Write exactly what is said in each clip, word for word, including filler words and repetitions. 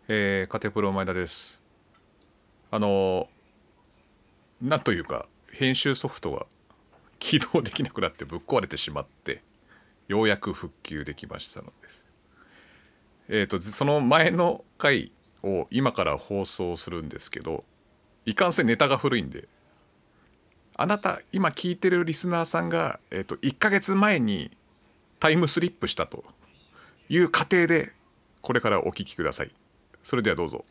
えー、カテプロ前田です。あのなんというか編集ソフトが起動できなくなってぶっ壊れてしまって、ようやく復旧できましたのです。えーとその前の回を今から放送するんですけど、いかんせんネタが古いんで、あなた今聞いてるリスナーさんが、えーといっかげつまえにタイムスリップしたという過程でこれからお聞きください。それではどうぞ。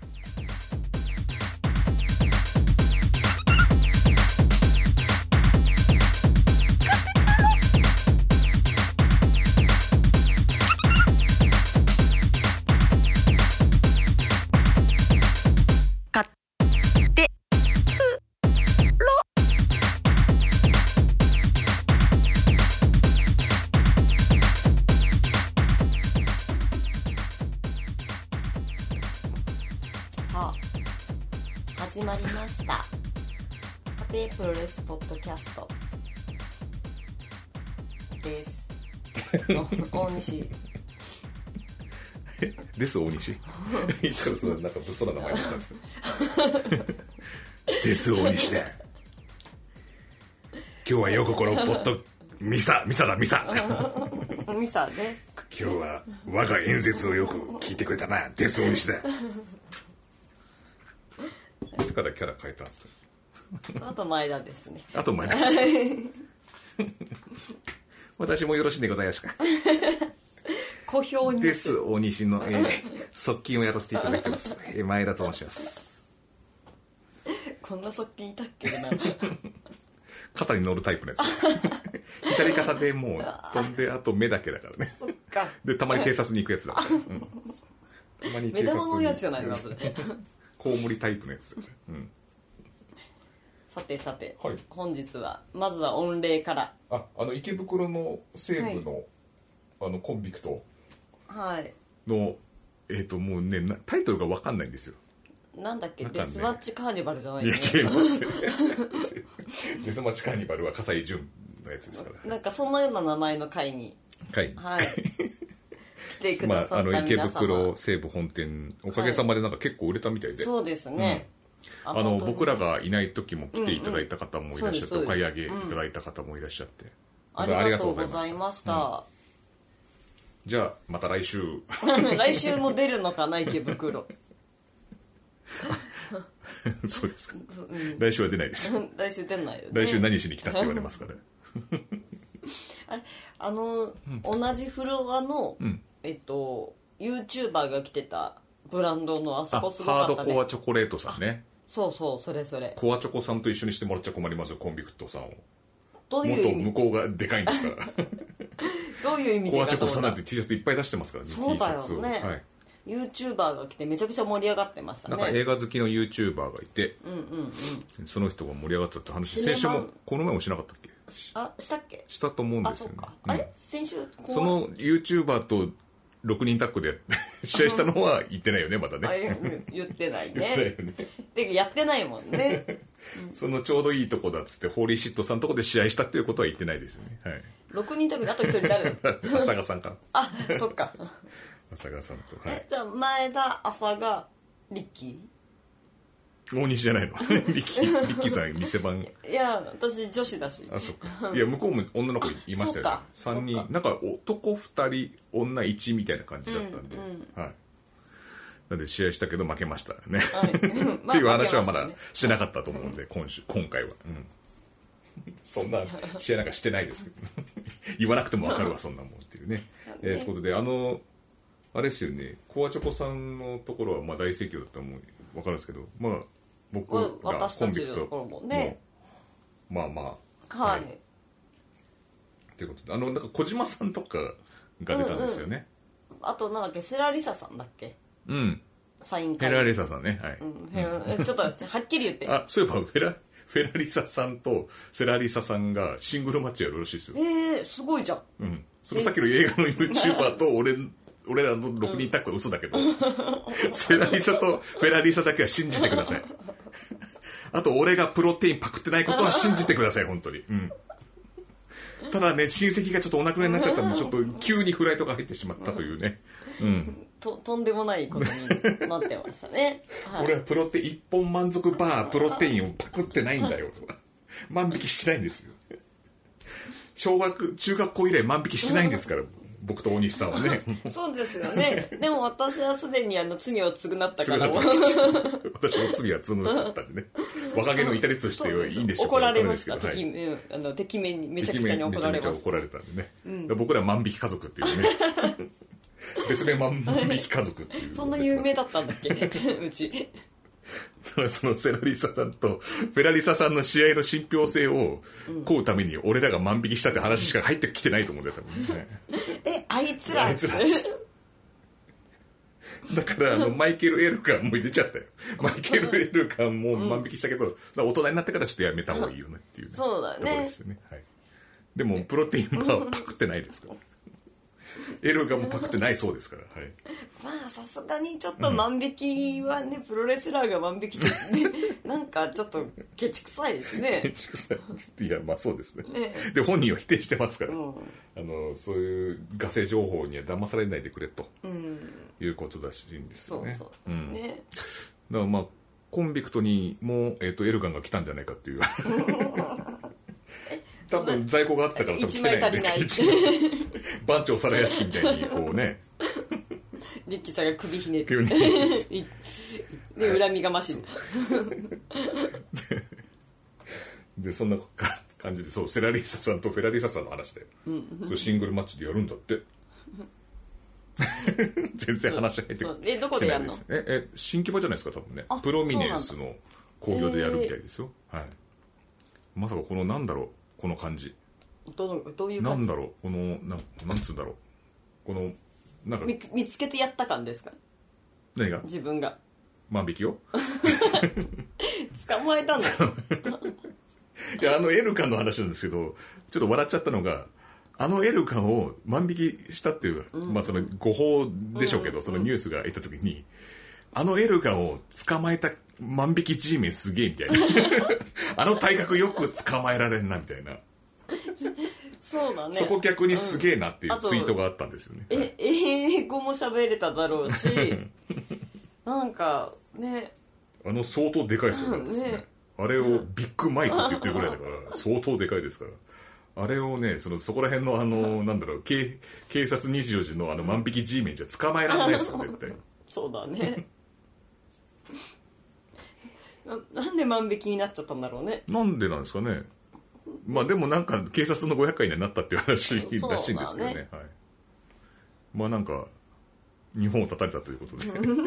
始まりました家庭プロレスポッドキャストです大西です大西いつからそのなんか物騒な名前になったんですかです大西で今日はよくこのポッドミサミサだミサミサね、 今日は我が演説をよく聞いてくれたな。です大西だ。いつからキャラ変えたんですか。 あと前田ですね。 あと前田です私もよろしいでございますか。 小評にです大西の、えー、側近をやらせていただいてます、えー、前田と申します。 こんな側近いたっけな肩に乗るタイプのやつ左肩でもう飛んであと目だけだからね。 そっか。 でたまに警察に行くやつだから、うん、たまに警察に目玉のやつじゃないのコウモリタイプのやつだから、うん、 さてさて、 はい、 本日はまずは御礼から。 ああの池袋の西部の、はい、あのコンビクトの、はい、えーともうねタイトルが分かんないんですよ。 なんだっけ、ね、デスマッチカーニバルじゃないの、ね、 いや違いますねデスマッチカーニバルは笠井淳のやつですから。 なんかそんなような名前の会に、 はい、 はい、来てくださった皆様、 まあ、あの池袋西部本店おかげさまでなんか結構売れたみたいで、はい、 そうですね、 うん、あの僕らがいない時も来ていただいた方もいらっしゃって、うんうん、お買い上げいただいた方もいらっしゃって、 うん、ありがとうございました、うん、 じゃあまた来週来週も出るのかな池袋そうですか、うん、来週は出ないです来週出ないよね。 来週何しに来たって言われますからあれあの、うん、同じフロアの、うん、えっと YouTuber が来てたブランドのあそこすごかったね。 ハードコアチョコレートさんね。 そうそう、それそれコアチョコさんと一緒にしてもらっちゃ困りますよ、コンビクトさんを。 どういう意味。 もっと向こうがでかいんですからどういう意味でコアチョコさんなんて T シャツいっぱい出してますからね。 そうだよね、 T シャツを、はい、 YouTuber が来てめちゃくちゃ盛り上がってましたね。 なんか映画好きの YouTuber がいて、 うんうんうん、 その人が盛り上がったって話、先週もこの前もしなかったっけ。 あ、したっけ。 したと思うんですよね。 あ、そうか、うん、あれ先週その YouTuber とろくにんタッグで試合したのは言ってないよね、まだね。 言ってないね。 言ってないよね。 てやってないもんねそのちょうどいいとこだっつってホーリーシットさんのとこで試合したっていうことは言ってないですよね。はい、 ろくにんタッグであとひとり誰だ浅賀さんか。 あ、そっか浅賀さんと、 はい、えじゃあ前田、浅賀、リッキー、 大西じゃないのリッキー、リッキーさん店番。 いや私女子だし。 あ、そっか。いや向こうも女の子いましたよね。さんにん、なんか男ふたり女いちみたいな感じだったんで、うんうん、はい、なんで試合したけど負けましたね、はい、っていう話はまだしてなかったと思うんで、今週今回は、うん、そんな試合なんかしてないですけど言わなくても分かるわそんなもんっていうね。えー、ということで、あのあれですよね、コアチョコさんのところはまあ大盛況だったらもう分かるんですけど、まあ僕がコンビクトも、ね、まあまあはい、はい、 ということで、あのなんか小島さんとかが出たんですよね、 うんうん、あとなんだっけ、セラリサさんだっけ、 うん、 サイン会、 フェラリサさんね、はい、 うん、うん、ちょっとはっきり言ってあ、そういえばフェラフェラリサさんとセラリサさんがシングルマッチやるらしいですよ。 えー、すごいじゃん、 うん、そのさっきの映画の YouTuber と俺俺らのろくにんタッグは嘘だけど、うん、セラリサとフェラリサだけは信じてくださいあと俺がプロテインパクってないことは信じてください本当に、うん、 ただね、親戚がちょっとお亡くなりになっちゃったんで、ちょっと急にフライトが入ってしまったというね。うん。 と, とんでもないことになってましたね。 はい、俺はプロテ一本満足バープロテインをパクってないんだよ。万引きしてないんですよ。小学中学校以来万引きしてないんですから。僕と大西さんはね。 そうですよね。でも私はすでにあの罪を償ったから。私も罪は償ったんでね。若気の至りとしてはいいんでしょうか。 怒られました。はい、敵, あの敵面にめちゃくちゃに怒られました。 めちゃめちゃ怒られたんでね。うん、僕ら万引き家族っていうね。別名万引き家族っていう。 そんな有名だったんだっけうち。 そのセラリサさんとフェラリサさんの試合の信憑性を請うために俺らが万引きしたって話しか入ってきてないと思うんだよ多分ね。 え、あいつらあいつらだからあのマイケル・エルカンも出ちゃったよ。マイケル・エルカンも万引きしたけど、うん、大人になってからちょっとやめた方がいいよねっていう、ね、 そうだね。 ですよね、はい、でもプロテインバーはパクってないですからエルガンもパクってないそうですから、はい、 まあさすがにちょっと万引きはね、うん、プロレスラーが万引きって、ね、なんかちょっとケチくさいですね。 ケチくさい。いやまあそうですね。ねで本人は否定してますから、うん、あのそういうガセ情報には騙されないでくれと、うん、いうことらしいんですよね。 そうそうですね。うん、だからまあコンビクトにも、えーと、エルガンが来たんじゃないかっていう。多分在庫があったから多分来てないんで。いちまい足りない。番長皿屋敷みたいにこうね。 リッキーさんが首ひねって。で恨みがましい。 でそんな感じでそうセラリーサさんとフェラリーサさんの話で、うん、シングルマッチでやるんだって。全然話入ってくる。 えどこでやるの？ ええ新規場じゃないですか多分ね。プロミネンスの興行でやるみたいですよ。えー、はい。まさかこのなんだろう。この感じど, どういう感じなんだろうこの な, なんつうんだろうこのなんか見, 見つけてやった感ですか？ 何が？ 自分が万引きを捕まえたの。いやあのエルカンの話なんですけどちょっと笑っちゃったのがあのエルカンを万引きしたっていう、うん、まあその誤報でしょうけど、うん、そのニュースがいた時に、うん、あのエルカンを捕まえた万引き G メンすげえみたいなあの体格よく捕まえられんなみたいな。 そうだね。 そこ逆にすげえなっていうツイートがあったんですよね。 うん、え英語も喋れただろうしなんかねあの相当でかいですよ ね, ねあれをビッグマイクって言ってるぐらいだから相当でかいですからあれをね そ, のそこら辺のあのなんだろう 警, 警察にじゅうよじのあの万引き G メンじゃ捕まえられないですよ絶対。 そうだねな, なんで万引きになっちゃったんだろうね。 なんでなんですかね。まあでもなんか警察のごひゃっかいにはなったっていう話らしいんですけど ね, ね、はい、まあなんか日本を叩いたということで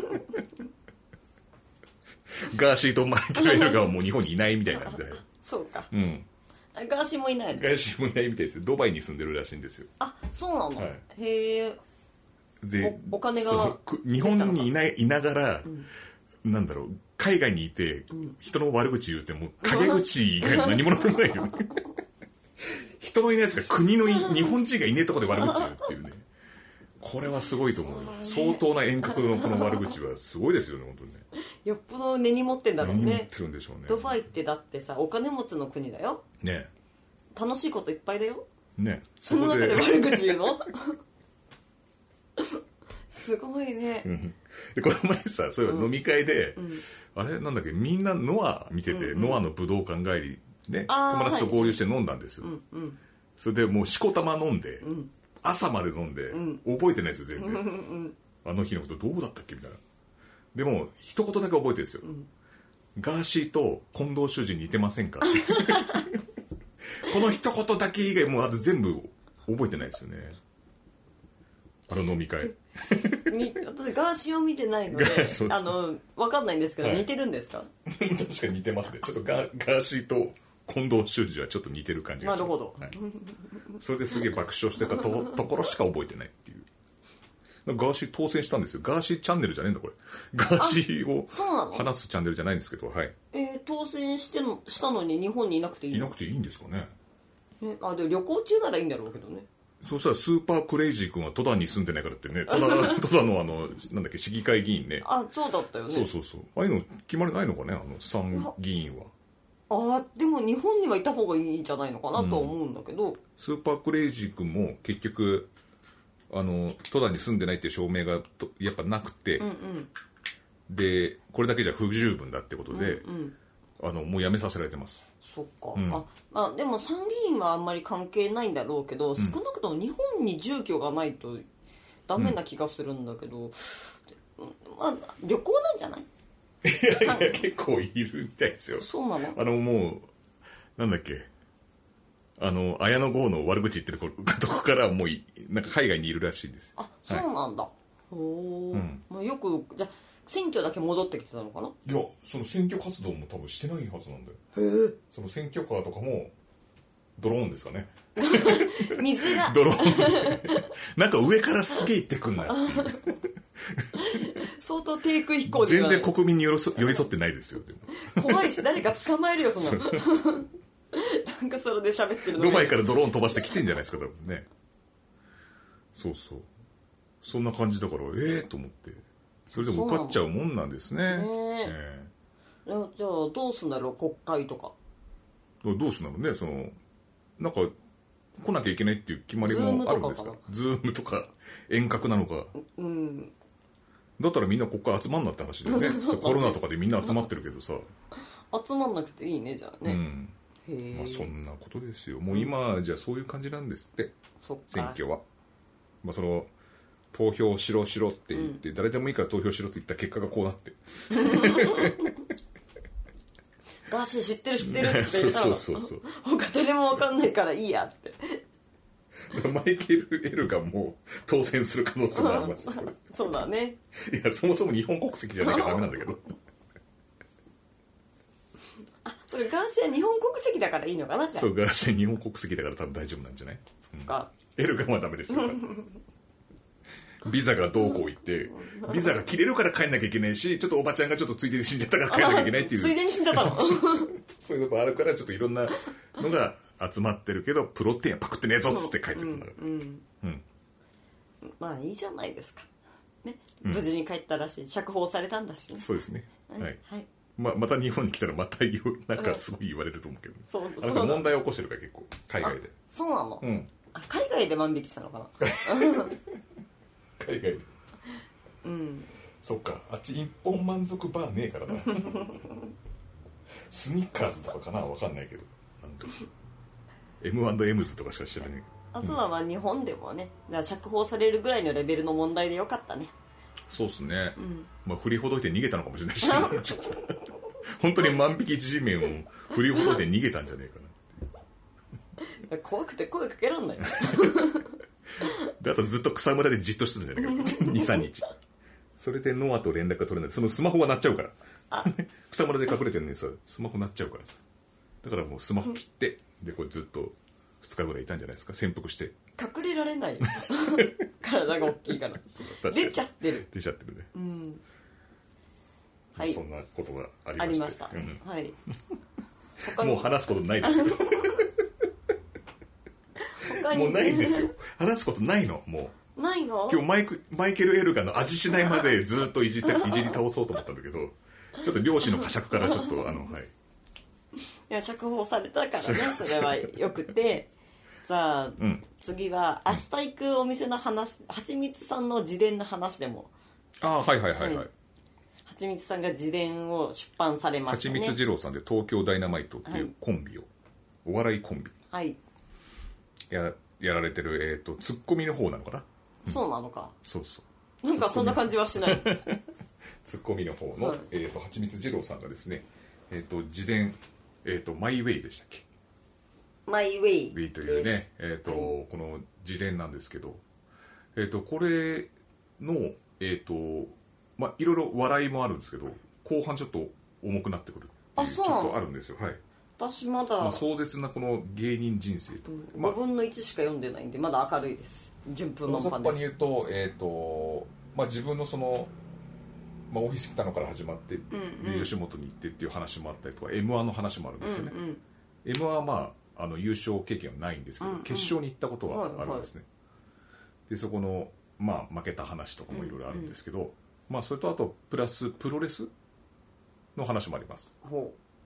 ガーシーとマイケル・エルガーはもう日本にいないみたいなんで。 そうか、 うん、 ガーシーもいないの？ ガーシーもいないみたいです。ドバイに住んでるらしいんですよ。 あ、そうなの、はい、へえ。 でお, お金が日本にいない、いながら、うん、なんだろう海外にいて、うん、人の悪口言うても陰口以外の何者でもないよね人のいないやつが国の日本人がいねえとこで悪口言うっていうねこれはすごいと思う。相当な遠隔のこの悪口はすごいですよね本当にね。 よっぽど根に持ってんだろうね。 根に持ってるんでしょうね。 ドバイってだってさお金持ちの国だよね。 楽しいこといっぱいだよね。 その中で悪口言うのすごいね、うん、 でこの前さそういう飲み会で、うんうん、あれなんだっけみんなノア見てて、うんうん、ノアの武道館帰りね友達と合流して飲んだんですよ、はいうんうん、それでもうしこたま飲んで、うん、朝まで飲んで、うん、覚えてないですよ全然、うんうん、あの日のことどうだったっけみたいな。でも一言だけ覚えてるんですよ、うん、ガーシーと近藤修二似てませんかこの一言だけ以外もうあと全部覚えてないですよねあの飲み会に私ガーシーを見てないの で, であの分かんないんですけど、はい、似てるんですか？ 確かに似てますね。ちょっと ガ, ガーシーと近藤修二はちょっと似てる感じがします。 なるほど、 はい、それですげえ爆笑してた と, ところしか覚えてないっていう。ガーシー当選したんですよ。ガーシーチャンネルじゃねえんだこれ。ガーシーを話すチャンネルじゃないんですけど、はい。 えー、当選してのしたのに日本にいなくていいの？ いなくていいんですかね。 えあで旅行中ならいいんだろうけどね。 そうしたらスーパークレイジー君は戸田に住んでないからってね、戸田, 戸田のあのなんだっけ市議会議員ね。 あ、そうだったよね。 そうそうそう。ああいうの決まりないのかね、あの参議院は。 あでも日本にはいた方がいいんじゃないのかなと思うんだけど、うん、 スーパークレイジー君も結局あの戸田に住んでないっていう証明がやっぱなくて、うんうん、でこれだけじゃ不十分だってことで、うんうん、あのもう辞めさせられてます。 そっか、うん、あまあ、でも参議院はあんまり関係ないんだろうけど、うん、少なくとも日本に住居がないとダメな気がするんだけど、うん、まあ旅行なんじゃない？ いやいや結構いるみたいですよ。 そうなの？ あのもうなんだっけあの綾野剛の悪口言ってるとこからもうなんか海外にいるらしいです。 あ、そうなんだ。はい、おー、うん、まあ、よくじゃ選挙だけ戻ってきてたのかな。 いやその選挙活動も多分してないはずなんだよ。 へえ。 その選挙カーとかもドローンですかね。 水がドローンなんか上からすげえ行ってくんなっていう相当低空飛行で全然国民に寄り添ってないですよ。でも怖いし誰か捕まえるよそんななんかそれで喋ってるのドバイからドローン飛ばしてきてんじゃないですか多分ね。そうそうそんな感じだからええー、と思ってそれでも受かっちゃうもんなんですね。ねえー、じゃあどうすんだろう国会とかどうすんだろうね。そのなんか来なきゃいけないっていう決まりもあるんですか。ズームとか遠隔なのか、うん、だったらみんな国会集まんなって話だよねコロナとかでみんな集まってるけどさ集まんなくていいねじゃあね、うん、 へまあ、そんなことですよ。もう今じゃそういう感じなんですって、うん、選挙は、まあ、その投票しろしろって言って、うん、誰でもいいから投票しろって言った結果がこうなってガーシー知ってる知ってるって言ったのそうそうそうそう他誰も分かんないからいいやってマイケル・エルがもう当選する可能性もありますそうだね。 いやそもそも日本国籍じゃなきゃダメなんだけどあそれガーシーは日本国籍だからいいのかな。じゃあそうガーシーは日本国籍だから多分大丈夫なんじゃない、うん、かエルガはダメですよビザがどうこう言ってビザが切れるから帰んなきゃいけないしちょっとおばちゃんがちょっとついでに死んじゃったから帰んなきゃいけないっていうついでに死んじゃったのそういうのもあるからちょっといろんなのが集まってるけどプロテインはパクってねえぞっつって帰ってくるんだから、うんうんうん、 まあいいじゃないですか、ね、無事に帰ったらしい、うん、釈放されたんだし、ね、 そうですね、はいはいはいま, また日本に来たらまたなんかすごい言われると思うけど、そうそうあの問題を起こしてるから結構海外で。 そうなの、うん、あ海外で万引きしたのかな海外でうんそっかあっち一本満足バーねえからなスニッカーズとかかな分かんないけどなんかエムアンドエムズとかしか知らない。 あとはまあ日本でもねだから釈放されるぐらいのレベルの問題でよかったね。 そうっすね、うんまあ、振りほどいて逃げたのかもしれないし本当に万引き G メンを振りほどいて逃げたんじゃねえかな怖くて声かけらんないであとずっと草むらでじっとしてたんじゃないかなにさんにちそれでノアと連絡が取れない。そのスマホが鳴っちゃうから草むらで隠れてるのにさスマホ鳴っちゃうからさだからもうスマホ切ってでこれずっとふつかぐらいいたんじゃないですか。潜伏して隠れられない体が大きいから出ちゃってる出ちゃってるね、うんはい、 そんなことがありました。 ありました、うんはい、 もう話すことないですよもうないんですよ話すことないのもうないの。 今日マイクマイケル・エルガの味しないまでずっといじっていじり倒そうと思ったんだけどちょっと漁師の呵責からちょっとあのはいいや釈放されたからねそれはよくてじゃあ、うん、次は明日行くお店の話はちみつさんの自伝の話でもああはいはいはいはい、はい、 はちみつさんが自伝を出版されましたね。 はちみつ二郎さんで東京ダイナマイトっていうコンビを、はい、お笑いコンビはいや, やられてる、えーと、ツッコミの方なのかな、 うん、そうなのかそうそうなんかそんな感じはしないツッコミの方の、はいえーと、はちみつ二郎さんがですね、えーと、自伝、えーと、マイウェイでしたっけ。 マイウェイウェイというね、えーとはい、この自伝なんですけど、えーと、これの、えーとまあ、いろいろ笑いもあるんですけど後半ちょっと重くなってくるっていうちょっとあるんですよ。はい私まだ、 まあ、壮絶なこの芸人人生と、 うんまあ、ごぶんのいちしか読んでないんでまだ明るいです。順風満帆です。 大雑把に言うと、えーとまあ、自分のその、まあ、オフィス来たのから始まって、うんうん、吉本に行ってっていう話もあったりとか エムワン の話もあるんですよね、うんうん、エムワン は、まあ、あの優勝経験はないんですけど、うんうん、決勝に行ったことはあるんですね、はいはい、でそこの、まあ、負けた話とかもいろいろあるんですけど、うんうんまあ、それとあとプラスプロレスの話もあります。ほうこ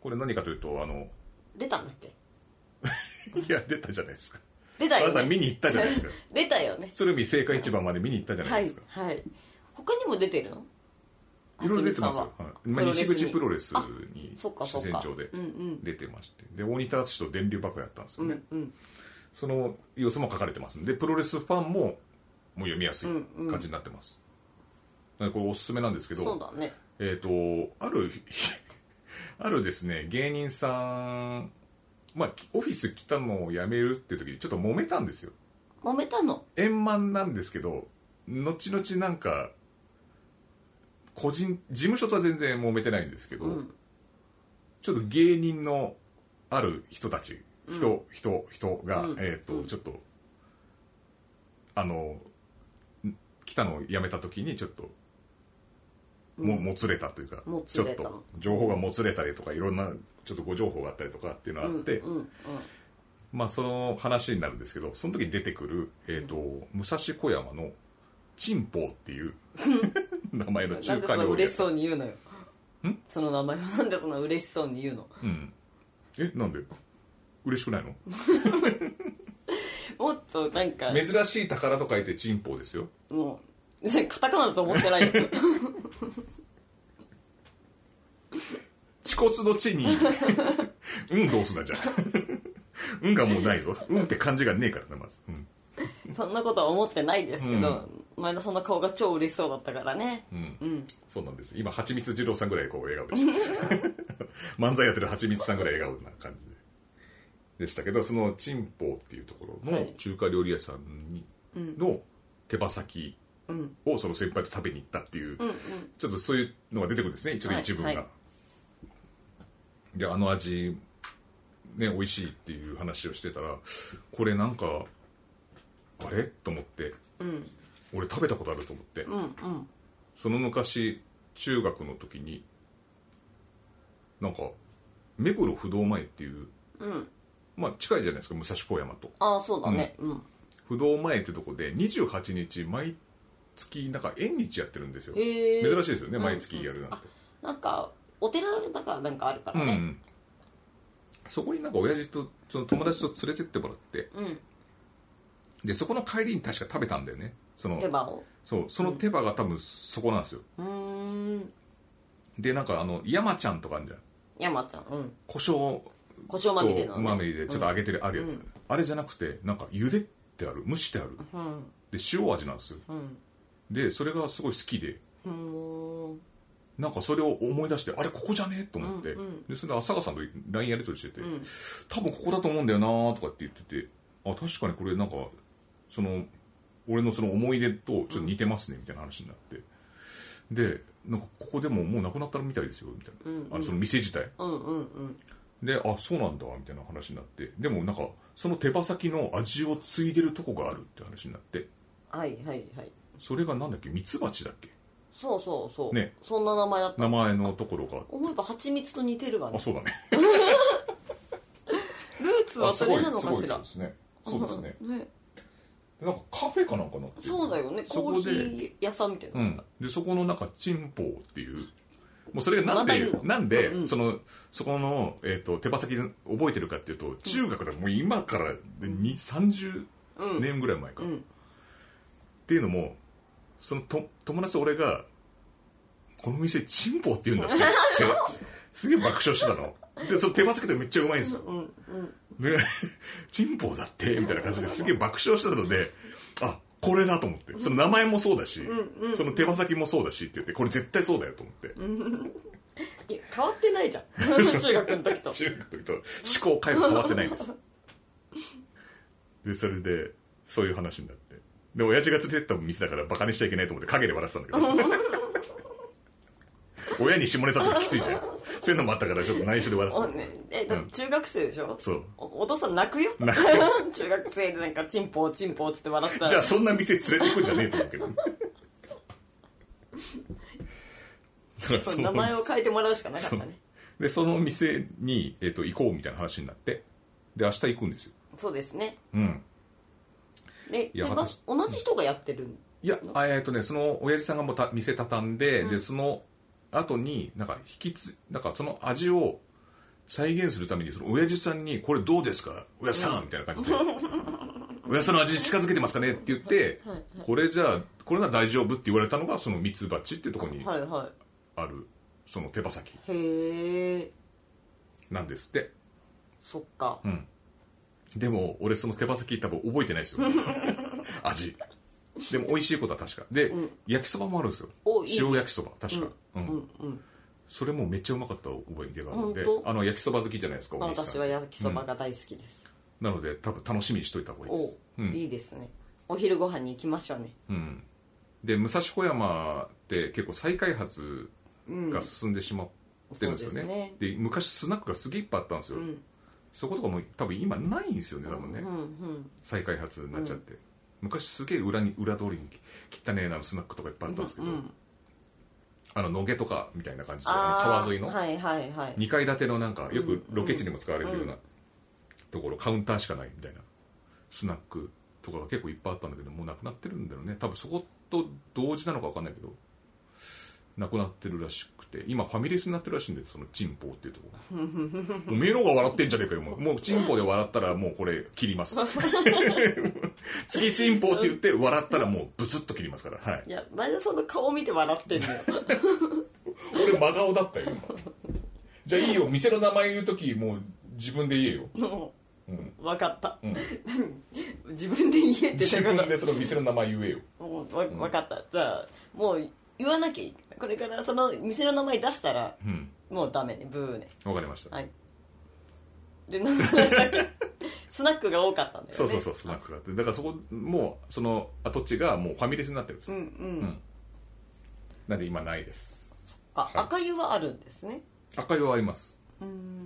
これ何かというとあの出たんだっけいや出たじゃないですか。 出たよね。 あなた見に行ったじゃないですか。 出たよね。 鶴見青果市場まで見に行ったじゃないですか。 はいはい。他にも出てるの？ いろいろ出てますよ、はい、まあ、西口プロレスにそっかそっか主戦場で出てまして、で大仁田敦と電流爆破やったんですよね、 うんうん、 その様子も書かれてますんでプロレスファンももう読みやすい感じになってます、うんうん、これおすすめなんですけど、 そうだね、 えーとあるあるですね芸人さん、まあ、オフィス来たのを辞めるっていう時にちょっと揉めたんですよ。 揉めたの？ 円満なんですけど後々なんか個人事務所とは全然揉めてないんですけど、うん、ちょっと芸人のある人たち人、うん、人人が、うん、えーとうん、ちょっとあの来たのを辞めた時にちょっとも、もつれたというかちょっと情報がもつれたりとかいろんなちょっとご情報があったりとかっていうのがあって、うんうんうん、まあその話になるんですけどその時に出てくる、えーと、武蔵小山のチンポーっていう名前の中華料理。なんでそんな嬉しそうに言うのよ。んその名前はなんでそんな嬉しそうに言うの？ うん。え、なんで嬉しくないの？ もっとなんか珍しい宝と書いてチンポーですよ。 もうカタカナだと思ってないよ。 恥骨の地にうんどうすんだじゃん。うんがもうないぞ。うんって漢字がねえからなまず。うんそんなことは思ってないですけど、うん、前田さんの顔が超嬉しそうだったからね、 うんうん、そうなんです。今はちみつ二郎さんぐらいこう笑顔でした漫才やってるはちみつさんぐらい笑顔な感じででしたけど、そのチンポーっていうところの中華料理屋さんに、はい、の手羽先をその先輩と食べに行ったっていう、うんうん、ちょっとそういうのが出てくるんですね、一応一文が、はいはい、であの味ね美味しいっていう話をしてたら、これなんかあれと思って、うん、俺食べたことあると思って、うんうん、その昔中学の時になんか目黒不動前っていう、うん、まあ近いじゃないですか武蔵小山と。 ああそうだね、うん、 不動前ってとこでにじゅうはちにち毎月なんか縁日やってるんですよ。 へ珍しいですよね、うん、毎月やるなんて、 うん、なんかお寺だからなんかあるからね、うん、 そこになんか親父とその友達と連れてってもらって、うんでそこの帰りに確か食べたんだよね、その手羽を。 そうその手羽が多分そこなんですよ。うーんでなんかあの山ちゃんとかあるじゃん、 山ちゃん、うん、 胡椒胡椒まみれの、ね、 まみれでちょっと揚げてる、うん、あるやつ、うん、あれじゃなくてなんか茹でてある蒸してある、うん、で塩味なんですよ、うん、でそれがすごい好きで、うん、なんかそれを思い出してあれここじゃねえと思って、うんうん、でそれで朝香さんと ライン やり取りしてて、うん、多分ここだと思うんだよなとかって言ってて、あ確かにこれなんかその俺のその思い出とちょっと似てますねみたいな話になって、うん、でなんかここでももうなくなったみたいですよみたいな、うんうん、あのその店自体、うんうんうん、であそうなんだみたいな話になって、でもなんかその手羽先の味を継いでるとこがあるって話になって、 はいはいはい、 それがなんだっけミツバチだっけ、 そうそうそう、ね、そんな名前だった、 名前のところが思えば蜂蜜と似てるわね。 あそうだねルーツはそれなのかしら。 そうですね、そうですねね、なんかカフェかなんかなっていう。 そうだよね、コーヒー屋さんみたいな、うん、 でそこのなんかチンポーっていう、もうそれがなんで、ま、なんで、うん、そのそこの、えーと、手羽先覚えてるかっていうと、中学だともう今からにさんじゅうねんぐらい前か、うん、っていうのもそのと友達と俺がこの店チンポーって言うんだって言ってすげえ爆笑してたのでその手羽先でめっちゃうまいんですよ、うんうん、でチンポーだってみたいな感じですげえ爆笑してたので、あこれだと思って、その名前もそうだし、うんうん、その手羽先もそうだしって言って、これ絶対そうだよと思って、うん、 いや変わってないじゃん中学の時と中学の時と思考回路変わってないんですでそれでそういう話になって、で親父が連れてった店だからバカにしちゃいけないと思って陰で笑ってたんだけど親に下ネタとかきついじゃんそういうのもあったからちょっと内緒で笑ってた、ね、 えだって中学生でしょ、うん、 そうお, お父さん泣くよ泣く中学生でなんかチンポーチンポーつって笑ったらじゃあそんな店連れてくんじゃねえと思うけどだから名前を変えてもらうしかなかったね。 でその店に、えー、と行こうみたいな話になって、で明日行くんですよ。 そうですね、うんでで、ま、同じ人がやってるの？ いやえっ、ー、とねその親父さんがもうた店畳んで、うん、でその後になんか引きつなんかその味を再現するためにその親父さんにこれどうですか親さんみたいな感じで親さんの味に近づけてますかねって言って、はいはい、これじゃあこれなら大丈夫って言われたのがそのミツバチっていうところにあるその手羽先なんですって。 そっか、 うん、でも俺その手羽先多分覚えてないですよ味でも美味しいことは確かで、うん、焼きそばもあるんですよ。塩焼きそば確か、うんうんうんうん、それもめっちゃうまかった覚えがあるので、あの焼きそば好きじゃないですか。 私は焼きそばが大好きです、 うん、なので多分楽しみにしといた方がいいです。 お、うん、いいですね。お昼ご飯に行きましょうね、 うん、で武蔵小山って結構再開発が進んでしまってるんですよね、うん、 で, ねで昔スナックがすげえいっぱいあったんですよ、うん、そことかも多分今ないんですよね多分ね、うんうんうん、再開発になっちゃって、うん、昔すげえ 裏, に裏通りに汚ねえなスナックとかいっぱいあったんですけど、うんうん、あの野毛とかみたいな感じで川沿いのにかい建てのなんかよくロケ地にも使われるようなところ、カウンターしかないみたいなスナックとかが結構いっぱいあったんだけどもうなくなってるんだよね。多分そこと同時なのか分かんないけどなくなってるらしくて今ファミレスになってるらしいんだよそのチンポっていうところおめえのが笑ってんじゃねえかよもう、もうチンポで笑ったらもうこれ切ります次チンポって言って笑ったらもうブツッと切りますから、はい、 いや前田さんの顔見て笑ってんのよ俺真顔だったよじゃあいいよ店の名前言うときもう自分で言えようん、分かった、うん、自分で言えって自分でその店の名前言えよもう分かった、うん、じゃあもう言わなきゃいい。これからその店の名前出したら、うん、もうダメねブーね。 分かりました、 はい、で何でしたっけスナックが多かったんだよね。 そうそうそうスナックがあってだからそこもうその跡地がもうファミレスになってるんです、 うんうんうん、 なんで今ないです。 そっか、はい、赤湯はあるんですね。 赤湯はあります。うん、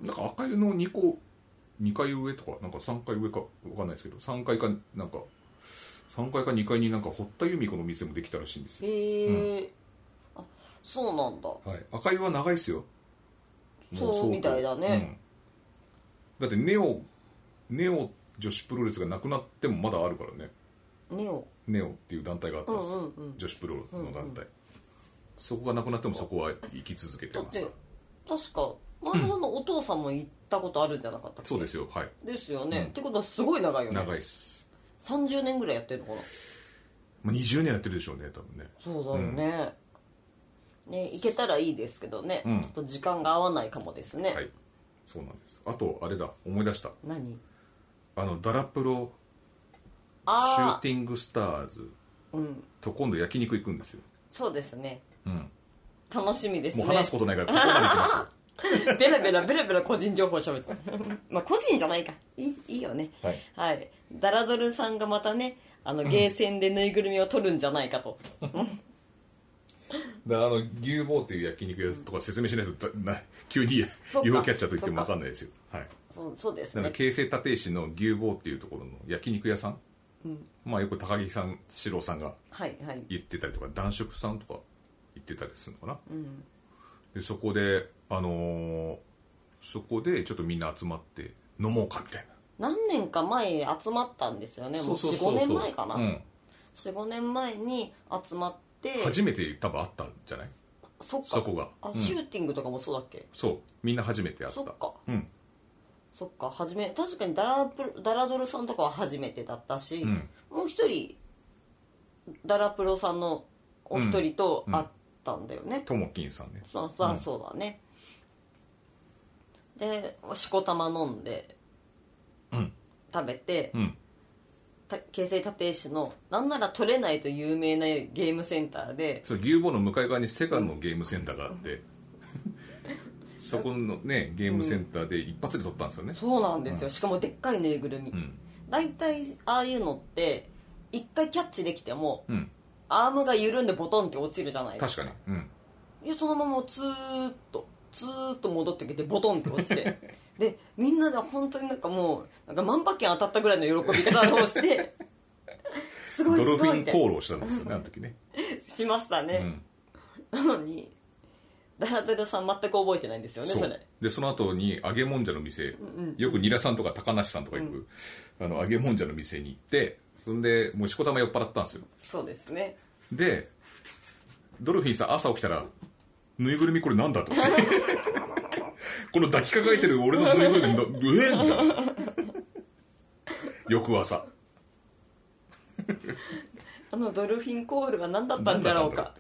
なんか赤湯のにこにかい上とかなんかさんかい上か分かんないですけどさんがいかなんかさんがいかにかいになんか堀田由美子の店もできたらしいんですよ。 へえ、うん、あそうなんだ、 はい、赤湯は長いですよ。 そうみたいだね、 うん、だってネオネオ女子プロレスがなくなってもまだあるからね。 ネオネオっていう団体があったんですよ、うんうんうん、女子プロの団体、うんうん、そこがなくなってもそこは生き続けてます。だって確か前田さんのお父さんも行ったことあるんじゃなかったっけ、うん、 そうですよ、はい。 ですよね、うん、ってことはすごい長いよね。 長いっす。 さんじゅうねんぐらいやってるのかな、 まあ、にじゅうねんやってるでしょうね多分ね。 そうだよね、うん、ね行けたらいいですけどね、うん、ちょっと時間が合わないかもですね。 はいそうなんです。あとあれだ思い出した。 何？ あのダラプロシューティングスターズと今度焼肉行くんですよ。 そうですね、 うん、 楽しみですね。 もう話すことないからここまで行きますよベラベラベラベラ個人情報しゃべってまあ個人じゃないかい い, いいよね。 はい、 はい、ダラドルさんがまたねあのゲーセンでぬいぐるみを取るんじゃないかとだからあの牛坊っていう焼肉屋とか説明しないとな急に ユーフォー キャッチャーと言っても分かんないですよ。はい、 そうそうですね。 だから京成立石の牛坊っていうところの焼肉屋さん、うん、まあよく高木さん四郎さんが言ってたりとか、はいはい、男色さんとか言ってたりするのかな、うん、でそこであのー、そこでちょっとみんな集まって飲もうかみたいな。何年か前集まったんですよね。もう よん,ご 年前かな、うん、よん,ご 年前に集まって初めて多分会ったんじゃない。 そっかそこがあ、うん、シューティングとかもそうだっけ。 そうみんな初めて会った。 そっか、 うん、 そっか初め確かにダラプロダラドルさんとかは初めてだったし、うん、もう一人ダラプロさんのお一人と会ったんだよね。 ともきんさんね。 そうそう、うん、そうだね。でしこたま飲んで、うん、食べて、うん、京成立石のなんなら取れないと有名なゲームセンターで、 そう牛坊の向かい側にセガのゲームセンターがあって、うん、そこのねゲームセンターで一発で取ったんですよね、 うん、そうなんですよ、うん、しかもでっかいぬいぐるみ、うん、だいたいああいうのって一回キャッチできても、うん、アームが緩んでボトンって落ちるじゃないですか。 確かに、うん、 いやそのままツーッとツーッと戻ってきてボトンって落ちてでみんなで本当になんかもうなんか万馬券当たったぐらいの喜び方をしてすごいすごいってドルフィンコールをしたんですよねあの時ねしましたね、うん、なのにダラドルさん全く覚えてないんですよね。 そ, それでその後に揚げもんじゃの店、うんうん、よくニラさんとか高梨さんとか行く、うん、あの揚げもんじゃの店に行ってそんでもうしこたま酔っ払ったんですよ。 そうですね。 でドルフィンさん朝起きたらぬいぐるみこれなんだと思ってこの抱きかかえてる俺のドリブルでえみたいな翌朝あのドルフィンコールは何だったんじゃろうか。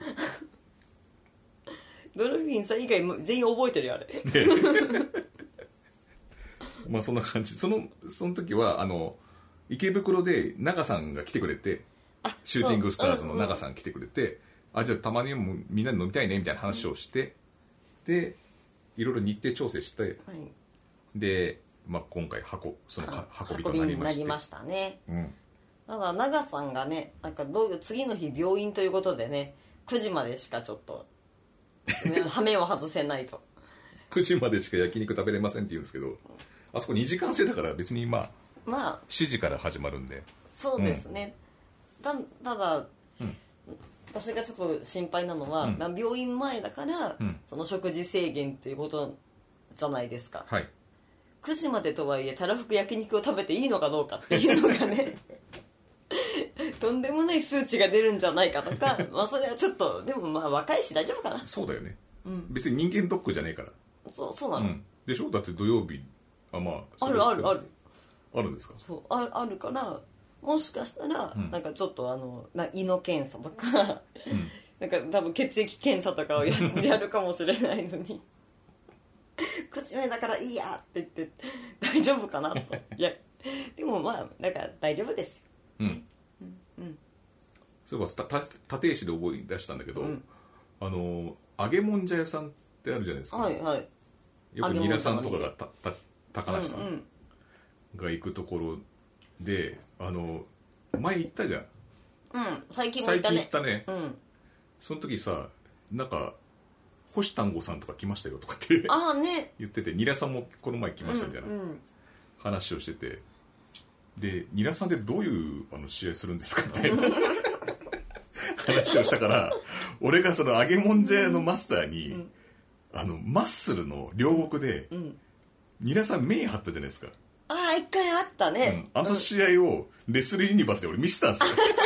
ドルフィンさん以外全員覚えてるよあれ、ね、 まあそんな感じ。そのその時はあの池袋で長さんが来てくれて、シューティングスターズの長さん来てくれて、うんうん、あじゃあたまにもみんなで飲みたいねみたいな話をして、うん、でいろいろ日程調整して、はい、で、まあ、今回箱その運びとなりまして、運びになりましたね、うん、 ただ長さんがねなんかどういう次の日病院ということでねくじまでしかちょっと、ね、羽目を外せないとくじまでしか焼肉食べれませんって言うんですけど、あそこにじかん制だから別にまあ、まあ、しちじから始まるんで。 そうですね、うん、た, ただ、うん、私がちょっと心配なのは、うんまあ、病院前だから、うん、その食事制限っていうことじゃないですか、はい、くじまでとはいえたらふく焼肉を食べていいのかどうかっていうのがねとんでもない数値が出るんじゃないかとかまあそれはちょっとでもまあ若いし大丈夫かな。 そうだよね、うん、別に人間ドックじゃねえから。 そうそうなの、うん、 でしょ。だって土曜日あまああるあるあるあるんですか。 そう あ, あるからもしかしたら、うん、なんかちょっとあの、まあ、胃の検査とか、うん、なんか多分血液検査とかを や, やるかもしれないのに口目だからいいやって言って大丈夫かなと。いやでもまあなんか大丈夫ですよ、うんうんうん、 そういえばた立石で覚え出したんだけど、うん、あの揚げもんじゃ屋さんってあるじゃないですか、はいはい、よくニラさんとかがたた高梨さんが行くところで、あの前行ったじゃん。 うん最近も行ったね。 最近行ったね、うん、その時さなんか星丹吾さんとか来ましたよとかってあ、ね、 言ってて、ニラさんもこの前来ましたみたいな話をしてて、でニラさんってどういうあの試合するんですかみたいな話をしたから、俺がその揚げもんじゃ屋のマスターに、うん、あのマッスルの両国で、うん、ニラさん目張ったじゃないですか。 ああ一回あったね、 うん、あの試合をレスリーユニバースで俺見せたんですよ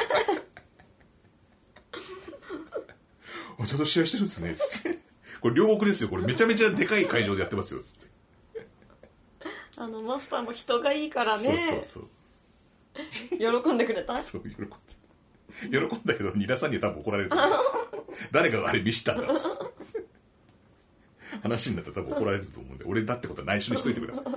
ちょっと試合してるんですねつってこれ両国ですよ、これめちゃめちゃでかい会場でやってますよつってあのマスターも人がいいからね。そうそうそう喜んでくれた。そう喜んで喜んだけどニラさんには多分怒られると思う誰があれ見せたんだ話になったら多分怒られると思うんで、俺だってことは内緒にしといてください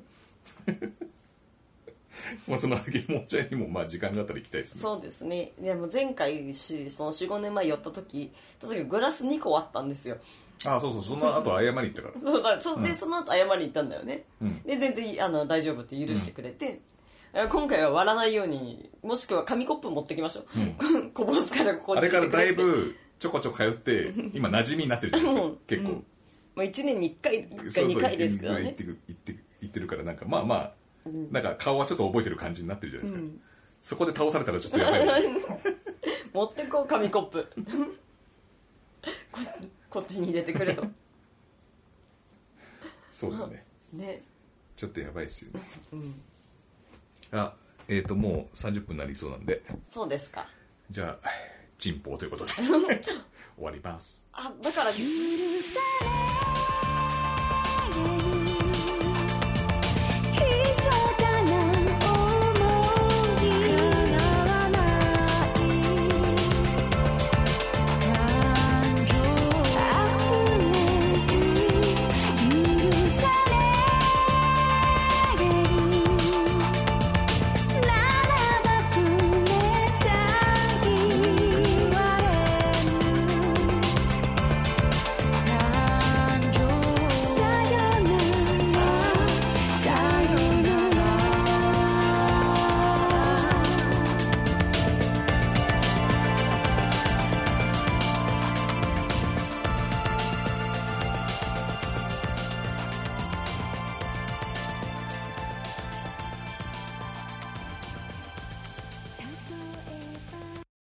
まあその揚げもんちゃんにもまあ時間があったら行きたいですね。 そうですね。でも前回その よん,ご 年前寄った時グラスにこあったんですよ。 ああそうそう、その後謝りに行ったからそうだそう、うん、でその後謝りに行ったんだよね、うん、で全然あの大丈夫って許してくれて、うん、今回は割らないように、もしくは紙コップ持ってきましょう、うん、こぼすからここにあれからだいぶちょこちょこ通って今馴染みになってるじゃないですか結構、うんまあ、いちねんにいっかいかにかいですけどね。 行ってる行って行ってるからなんかまあまあ、うん、なんか顔はちょっと覚えてる感じになってるじゃないですか、うん、そこで倒されたらちょっとやばい持ってこう紙コップこ, こっちに入れてくれとそうだねね、ちょっとやばいですよね、うん、あえーともうさんじゅっぷんになりそうなんで。 そうですか。 じゃあチンポということで終わります。 あだから許され